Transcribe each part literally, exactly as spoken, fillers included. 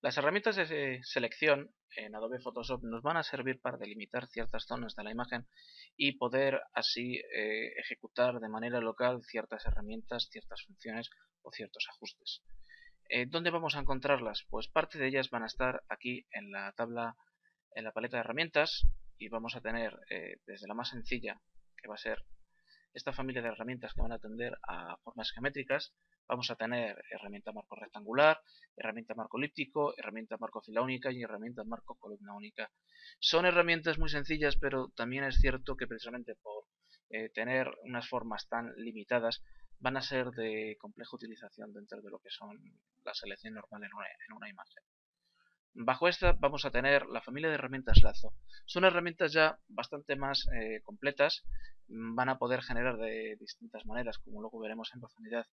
Las herramientas de selección en Adobe Photoshop nos van a servir para delimitar ciertas zonas de la imagen y poder así eh, ejecutar de manera local ciertas herramientas, ciertas funciones o ciertos ajustes. Eh, ¿Dónde vamos a encontrarlas? Pues parte de ellas van a estar aquí en la tabla, en la paleta de herramientas, y vamos a tener eh, desde la más sencilla, que va a ser esta familia de herramientas que van a atender a formas geométricas. Vamos a tener herramienta marco rectangular, herramienta marco elíptico, herramienta marco fila única y herramienta marco columna única. Son herramientas muy sencillas, pero también es cierto que precisamente por eh, tener unas formas tan limitadas van a ser de compleja utilización dentro de lo que son la selección normal en una, en una imagen. Bajo esta vamos a tener la familia de herramientas Lazo. Son herramientas ya bastante más eh, completas, van a poder generar de distintas maneras, como luego veremos en profundidad,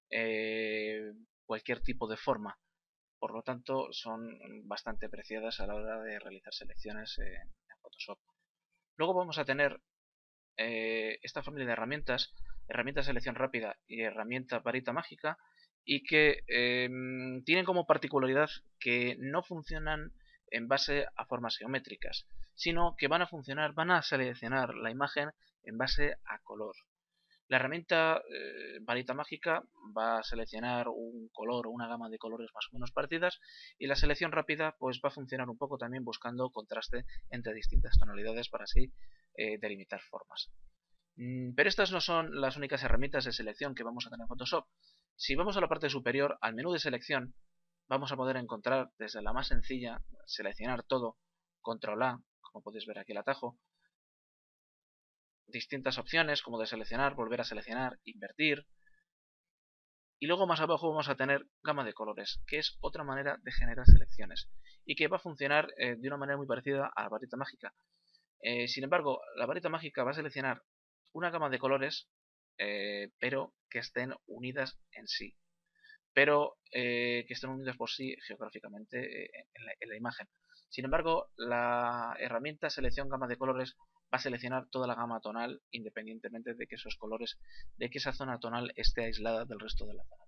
eh, cualquier tipo de forma. Por lo tanto, son bastante apreciadas a la hora de realizar selecciones en, en Photoshop. Luego vamos a tener eh, esta familia de herramientas, herramienta de selección rápida y herramienta varita mágica, y que eh, tienen como particularidad que no funcionan en base a formas geométricas, sino que van a funcionar, van a seleccionar la imagen en base a color. La herramienta eh, varita mágica va a seleccionar un color o una gama de colores más o menos partidas, y la selección rápida pues va a funcionar un poco también buscando contraste entre distintas tonalidades para así eh, delimitar formas. Mm, Pero estas no son las únicas herramientas de selección que vamos a tener en Photoshop. Si vamos a la parte superior, al menú de selección, vamos a poder encontrar desde la más sencilla, seleccionar todo, control A, como podéis ver aquí el atajo, distintas opciones como de seleccionar, volver a seleccionar, invertir, y luego más abajo vamos a tener gama de colores, que es otra manera de generar selecciones y que va a funcionar eh, de una manera muy parecida a la varita mágica. Eh, sin embargo, la varita mágica va a seleccionar una gama de colores, eh, pero que estén unidas en sí, pero eh, que estén unidas por sí geográficamente eh, en, la, en la imagen. Sin embargo, la herramienta selección gama de colores va a seleccionar toda la gama tonal independientemente de que esos colores, de que esa zona tonal esté aislada del resto de la zona.